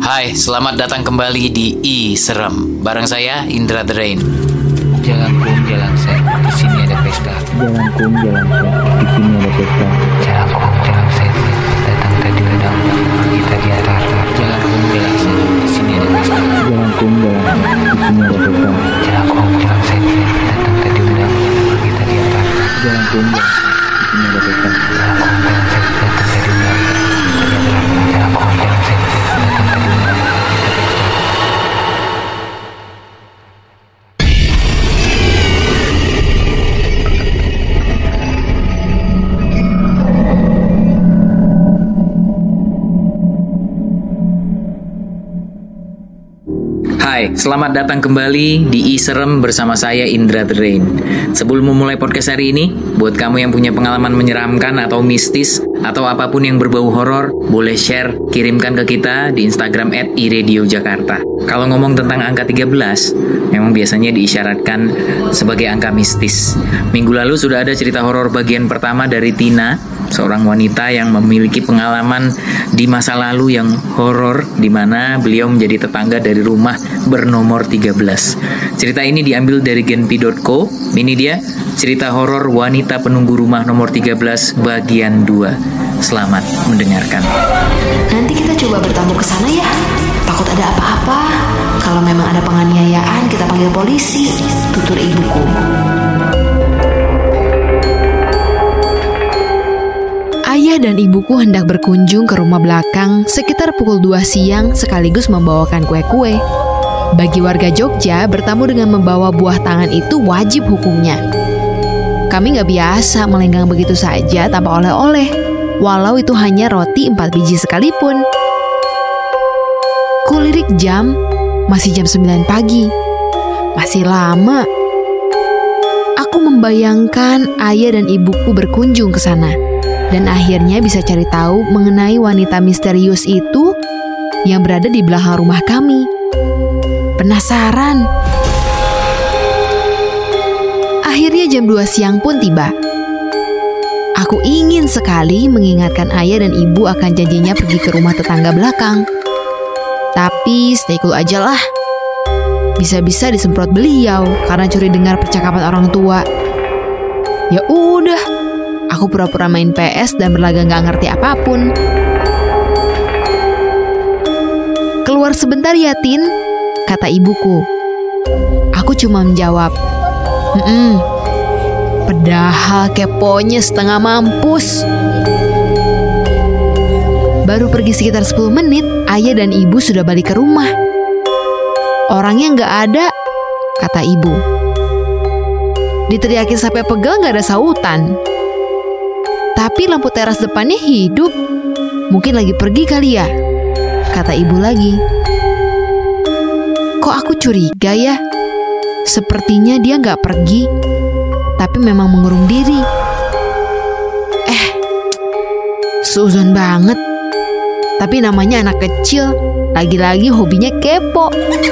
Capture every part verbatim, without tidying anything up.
Hai, selamat datang kembali di I Serem. Bareng saya Indra The Rain. Jalan kum, jalan set, di sini ada pesta. Jalan kum, jalan set, di sini ada pesta. Jalan kum, jalan set, datang tadi ledang, pergi tadi arah. Jalan kum, jalan set, di sini ada pesta. Jalan kum, jalan set, di sini ada pesta. Jalan kum, jalan set, datang tadi ledang, pergi tadi arah. Jalan kum, jalan set, di sini ada pesta. Jalan kum, jalan set, datang tadi ledang, pergi tadi arah. Jalan kum, jalan set, datang tadi ledang. Hai, selamat datang kembali di I Serem bersama saya Indra The Rain. Sebelum memulai podcast hari ini, buat kamu yang punya pengalaman menyeramkan atau mistis atau apapun yang berbau horor, boleh share, kirimkan ke kita di Instagram et i radio jakarta. Kalau ngomong tentang angka tiga belas, memang biasanya diisyaratkan sebagai angka mistis. Minggu lalu sudah ada cerita horor bagian pertama dari Tina, seorang wanita yang memiliki pengalaman di masa lalu yang horor, di mana beliau menjadi tetangga dari rumah bernomor tiga belas. Cerita ini diambil dari genpi dot co. Ini dia cerita horor wanita penunggu rumah nomor tiga belas bagian dua. Selamat mendengarkan. Nanti kita coba bertamu ke sana ya. Takut ada apa-apa. Kalau memang ada penganiayaan, kita panggil polisi. Tutur ibuku. Ayah dan ibuku hendak berkunjung ke rumah belakang sekitar pukul dua siang sekaligus membawakan kue-kue. Bagi warga Jogja, bertamu dengan membawa buah tangan itu wajib hukumnya. Kami gak biasa melenggang begitu saja tanpa oleh-oleh, walau itu hanya roti empat biji sekalipun. Kulirik jam, masih jam sembilan pagi. Masih lama. Aku membayangkan ayah dan ibuku berkunjung ke sana. Dan akhirnya bisa cari tahu mengenai wanita misterius itu yang berada di belakang rumah kami. Penasaran. Akhirnya jam dua siang pun tiba. Aku ingin sekali mengingatkan ayah dan ibu akan janjinya pergi ke rumah tetangga belakang. Tapi stay cool aja lah. Bisa-bisa disemprot beliau karena curi dengar percakapan orang tua. Ya udah, aku pura-pura main P S dan berlagak gak ngerti apapun. Keluar sebentar ya, Tin, kata ibuku. Aku cuma menjawab, Hmm, padahal keponya setengah mampus. Baru pergi sekitar sepuluh menit, ayah dan ibu sudah balik ke rumah. Orangnya gak ada, kata ibu. Diteriakin sampai pegel gak ada sautan. Tapi lampu teras depannya hidup. Mungkin lagi pergi kali ya, kata ibu lagi. Kok aku curiga ya? Sepertinya dia gak pergi, tapi memang mengurung diri. Eh, seuzon banget. Tapi namanya anak kecil, lagi-lagi hobinya kepo.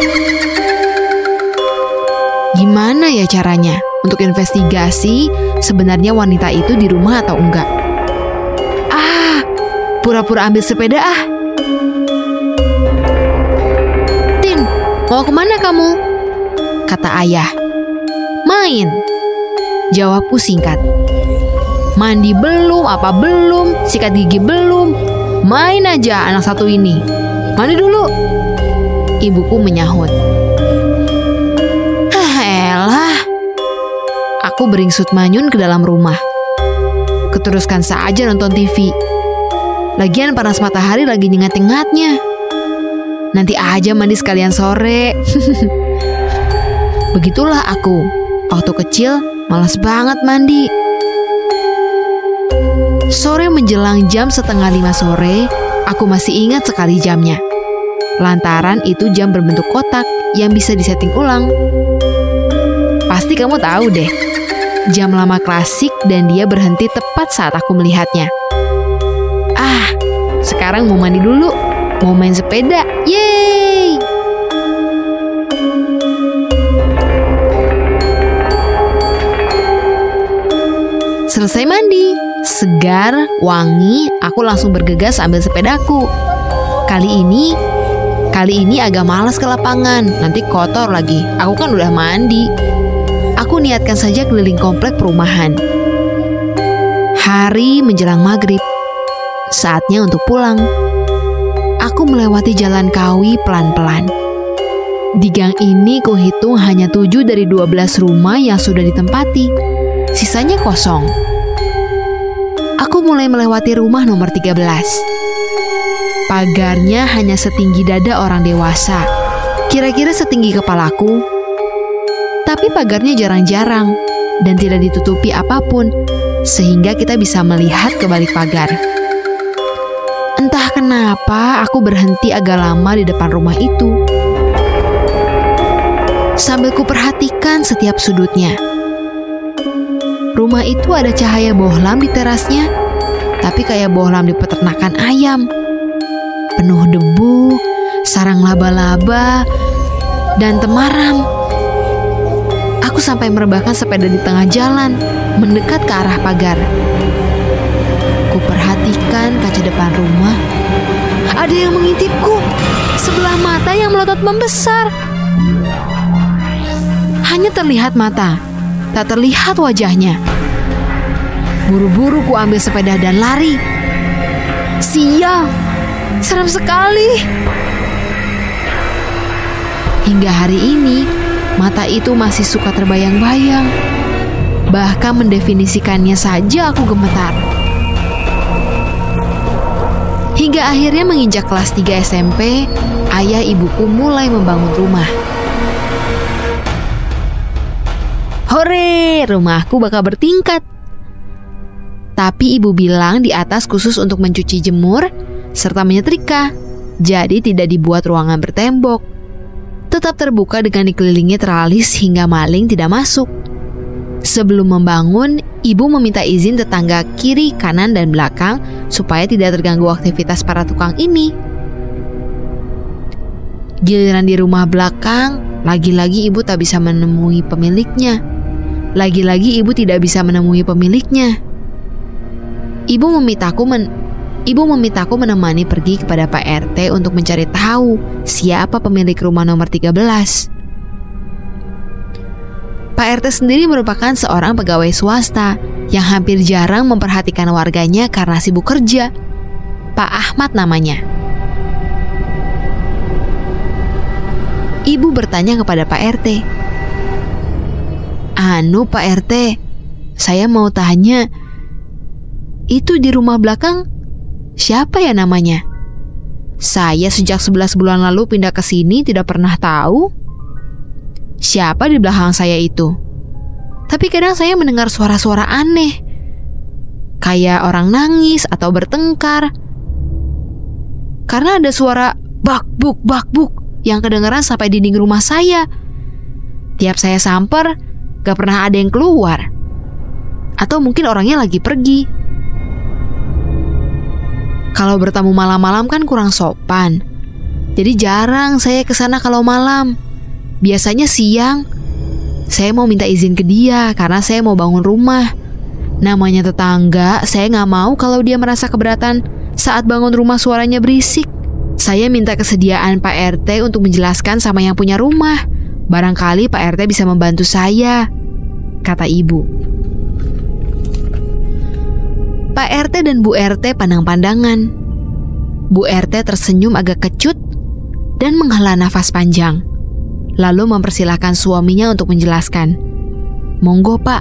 Gimana ya caranya untuk investigasi sebenarnya wanita itu di rumah atau enggak? Ah, pura-pura ambil sepeda ah. Tin, mau kemana kamu? Kata ayah. Main, jawabku singkat. Mandi belum, apa belum, sikat gigi belum. Main aja anak satu ini. Mandi dulu, ibuku menyahut. Hah, elah. Aku beringsut manyun ke dalam rumah. Keteruskan saja nonton T V. Lagian panas matahari lagi nyengat-nyengatnya. Nanti aja mandi sekalian sore. Begitulah aku. Waktu kecil malas banget mandi. Sore menjelang jam setengah lima sore, aku masih ingat sekali jamnya. Lantaran itu jam berbentuk kotak yang bisa disetting ulang. Pasti kamu tahu deh. Jam lama klasik dan dia berhenti tepat saat aku melihatnya. Ah, sekarang mau mandi dulu. Mau main sepeda. Yeay! Selesai mandi, segar, wangi, aku langsung bergegas ambil sepedaku. Kali ini, Kali ini agak malas ke lapangan, nanti kotor lagi. Aku kan udah mandi. Aku niatkan saja keliling komplek perumahan. Hari menjelang maghrib, saatnya untuk pulang. Aku melewati jalan kawi pelan-pelan. Di gang ini kuhitung hanya tujuh dari dua belas rumah yang sudah ditempati. Sisanya kosong. Aku mulai melewati rumah nomor tiga belas. Pagarnya hanya setinggi dada orang dewasa, kira-kira setinggi kepalaku. Tapi pagarnya jarang-jarang dan tidak ditutupi apapun, sehingga kita bisa melihat ke balik pagar. Entah kenapa aku berhenti agak lama di depan rumah itu, sambil kuperhatikan setiap sudutnya. Rumah itu ada cahaya bohlam di terasnya, tapi kayak bohlam di peternakan ayam. Penuh debu, sarang laba-laba, dan temaram. Aku sampai merebahkan sepeda di tengah jalan, mendekat ke arah pagar. Kuperhatikan kaca depan rumah. Ada yang mengintipku, sebelah mata yang melotot membesar. Hanya terlihat mata, tak terlihat wajahnya. Buru-buru ku ambil sepeda dan lari. Sial, seram sekali. Hingga hari ini, mata itu masih suka terbayang-bayang. Bahkan mendefinisikannya saja aku gemetar. Hingga akhirnya menginjak kelas tiga S M P, ayah ibuku mulai membangun rumah. Hore, rumahku bakal bertingkat. Tapi ibu bilang di atas khusus untuk mencuci jemur serta menyetrika, jadi tidak dibuat ruangan bertembok. Tetap terbuka dengan dikelilingi teralis hingga maling tidak masuk. Sebelum membangun, ibu meminta izin tetangga kiri, kanan, dan belakang supaya tidak terganggu aktivitas para tukang ini. Giliran di rumah belakang, lagi-lagi ibu tak bisa menemui pemiliknya. Lagi-lagi ibu tidak bisa menemui pemiliknya. Ibu memintaku men Ibu memintaku menemani pergi kepada Pak R T untuk mencari tahu siapa pemilik rumah nomor tiga belas. Pak R T sendiri merupakan seorang pegawai swasta yang hampir jarang memperhatikan warganya karena sibuk kerja. Pak Ahmad namanya. Ibu bertanya kepada Pak R T. Anu Pak R T, saya mau tanya, itu di rumah belakang siapa ya namanya? Saya sejak sebelas bulan lalu pindah ke sini tidak pernah tahu siapa di belakang saya itu. Tapi kadang saya mendengar suara-suara aneh, kayak orang nangis atau bertengkar. Karena ada suara bak-buk bak-buk yang kedengaran sampai dinding rumah saya. Tiap saya samper, gak pernah ada yang keluar. Atau mungkin orangnya lagi pergi. Kalau bertamu malam-malam kan kurang sopan. Jadi jarang saya kesana kalau malam. Biasanya siang. Saya mau minta izin ke dia karena saya mau bangun rumah. Namanya tetangga, saya gak mau kalau dia merasa keberatan saat bangun rumah suaranya berisik. Saya minta kesediaan Pak R T untuk menjelaskan sama yang punya rumah. Barangkali Pak R T bisa membantu saya, kata ibu. Pak R T dan Bu R T pandang-pandangan. Bu R T tersenyum agak kecut dan menghela nafas panjang. Lalu mempersilahkan suaminya untuk menjelaskan. Monggo Pak.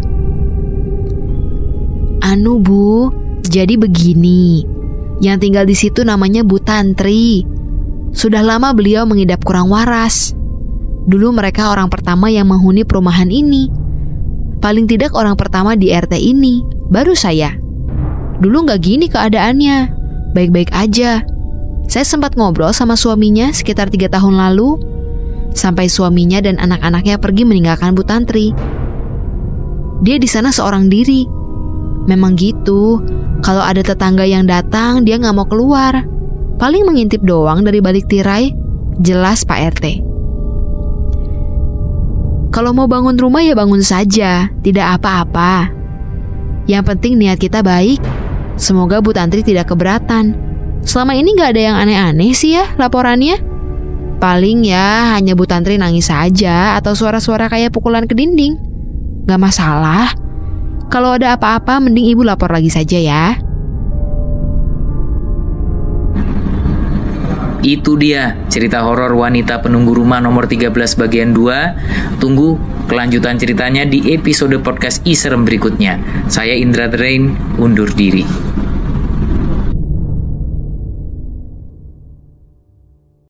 Anu Bu, jadi begini. Yang tinggal di situ namanya Bu Tantri. Sudah lama beliau mengidap kurang waras. Dulu mereka orang pertama yang menghuni perumahan ini. Paling tidak orang pertama di R T ini, baru saya. Dulu gak gini keadaannya, baik-baik aja. Saya sempat ngobrol sama suaminya sekitar tiga tahun lalu, sampai suaminya dan anak-anaknya pergi meninggalkan Bu Tantri. Dia di sana seorang diri. Memang gitu, kalau ada tetangga yang datang, dia gak mau keluar. Paling mengintip doang dari balik tirai, jelas Pak R T. Kalau mau bangun rumah ya bangun saja, tidak apa-apa. Yang penting niat kita baik. Semoga Bu Tantri tidak keberatan. Selama ini gak ada yang aneh-aneh sih ya laporannya. Paling ya hanya Bu Tantri nangis saja atau suara-suara kayak pukulan ke dinding. Gak masalah. Kalau ada apa-apa mending ibu lapor lagi saja ya. Itu dia cerita horor wanita penunggu rumah nomor tiga belas bagian dua. Tunggu kelanjutan ceritanya di episode podcast I Serem berikutnya. Saya Indra The Rain, undur diri.